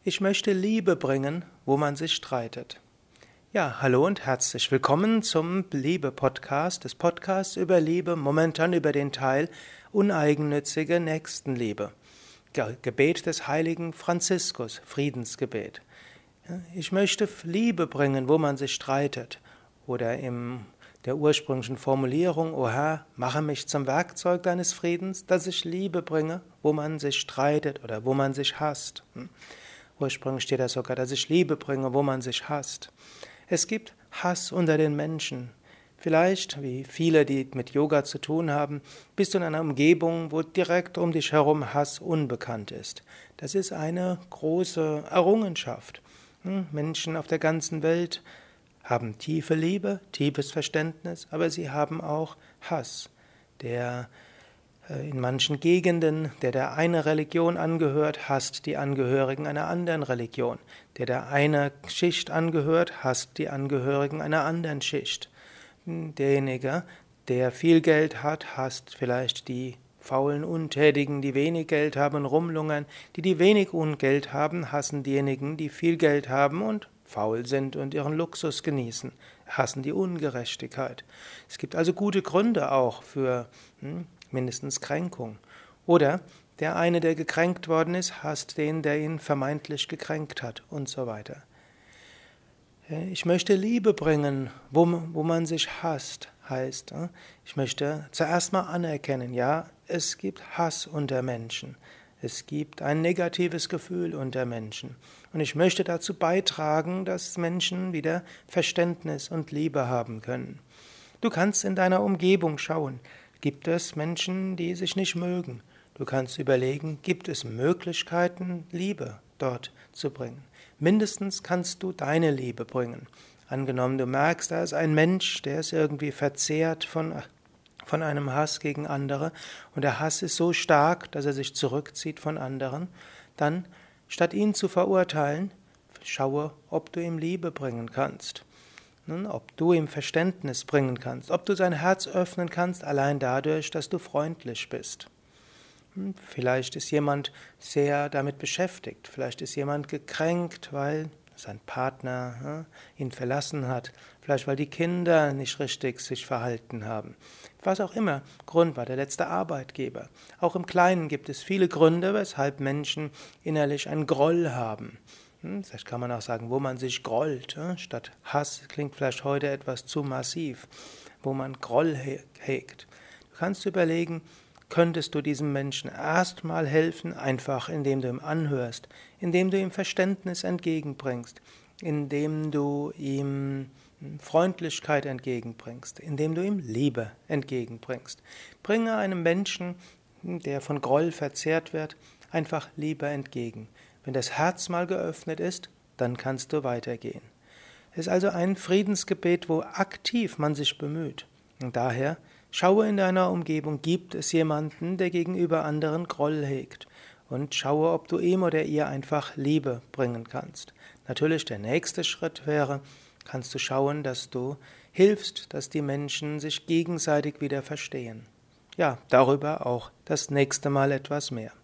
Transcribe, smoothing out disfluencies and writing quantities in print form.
Ich möchte Liebe bringen, wo man sich streitet. Ja, hallo und herzlich willkommen zum Liebe-Podcast, des Podcasts über Liebe, momentan über den Teil uneigennützige Nächstenliebe. Gebet des heiligen Franziskus, Friedensgebet. Ich möchte Liebe bringen, wo man sich streitet. Oder in der ursprünglichen Formulierung, O Herr, mache mich zum Werkzeug deines Friedens, dass ich Liebe bringe, wo man sich streitet oder wo man sich hasst. Ursprünglich steht da sogar, dass ich Liebe bringe, wo man sich hasst. Es gibt Hass unter den Menschen. Vielleicht, wie viele, die mit Yoga zu tun haben, bist du in einer Umgebung, wo direkt um dich herum Hass unbekannt ist. Das ist eine große Errungenschaft. Menschen auf der ganzen Welt haben tiefe Liebe, tiefes Verständnis, aber sie haben auch Hass, der in manchen Gegenden, der eine Religion angehört, hasst die Angehörigen einer anderen Religion. Der einer Schicht angehört, hasst die Angehörigen einer anderen Schicht. Derjenige, der viel Geld hat, hasst vielleicht die faulen Untätigen, die wenig Geld haben und rumlungern. Die wenig Geld haben, hassen diejenigen, die viel Geld haben und faul sind und ihren Luxus genießen, hassen die Ungerechtigkeit. Es gibt also gute Gründe auch für mindestens Kränkung. Oder der eine, der gekränkt worden ist, hasst den, der ihn vermeintlich gekränkt hat und so weiter. Ich möchte Liebe bringen, wo man sich hasst, heißt, ich möchte zuerst mal anerkennen, ja, es gibt Hass unter Menschen. Es gibt ein negatives Gefühl unter Menschen. Und ich möchte dazu beitragen, dass Menschen wieder Verständnis und Liebe haben können. Du kannst in deiner Umgebung schauen. Gibt es Menschen, die sich nicht mögen? Du kannst überlegen, gibt es Möglichkeiten, Liebe dort zu bringen? Mindestens kannst du deine Liebe bringen. Angenommen, du merkst, da ist ein Mensch, der ist irgendwie verzehrt von einem Hass gegen andere und der Hass ist so stark, dass er sich zurückzieht von anderen, dann, statt ihn zu verurteilen, schaue, ob du ihm Liebe bringen kannst. Ob du ihm Verständnis bringen kannst, ob du sein Herz öffnen kannst, allein dadurch, dass du freundlich bist. Vielleicht ist jemand sehr damit beschäftigt, vielleicht ist jemand gekränkt, weil sein Partner ihn verlassen hat, vielleicht weil die Kinder nicht richtig sich verhalten haben. Was auch immer Grund war, der letzte Arbeitgeber. Auch im Kleinen gibt es viele Gründe, weshalb Menschen innerlich einen Groll haben. Vielleicht kann man auch sagen, wo man sich grollt. Statt Hass klingt vielleicht heute etwas zu massiv, wo man Groll hegt. Du kannst überlegen, könntest du diesem Menschen erstmal helfen, einfach indem du ihm anhörst, indem du ihm Verständnis entgegenbringst, indem du ihm Freundlichkeit entgegenbringst, indem du ihm Liebe entgegenbringst. Bringe einem Menschen, der von Groll verzehrt wird, einfach Liebe entgegen. Wenn das Herz mal geöffnet ist, dann kannst du weitergehen. Es ist also ein Friedensgebet, wo aktiv man sich bemüht. Und daher schaue in deiner Umgebung, gibt es jemanden, der gegenüber anderen Groll hegt? Und schaue, ob du ihm oder ihr einfach Liebe bringen kannst. Natürlich, der nächste Schritt wäre, kannst du schauen, dass du hilfst, dass die Menschen sich gegenseitig wieder verstehen. Ja, darüber auch das nächste Mal etwas mehr.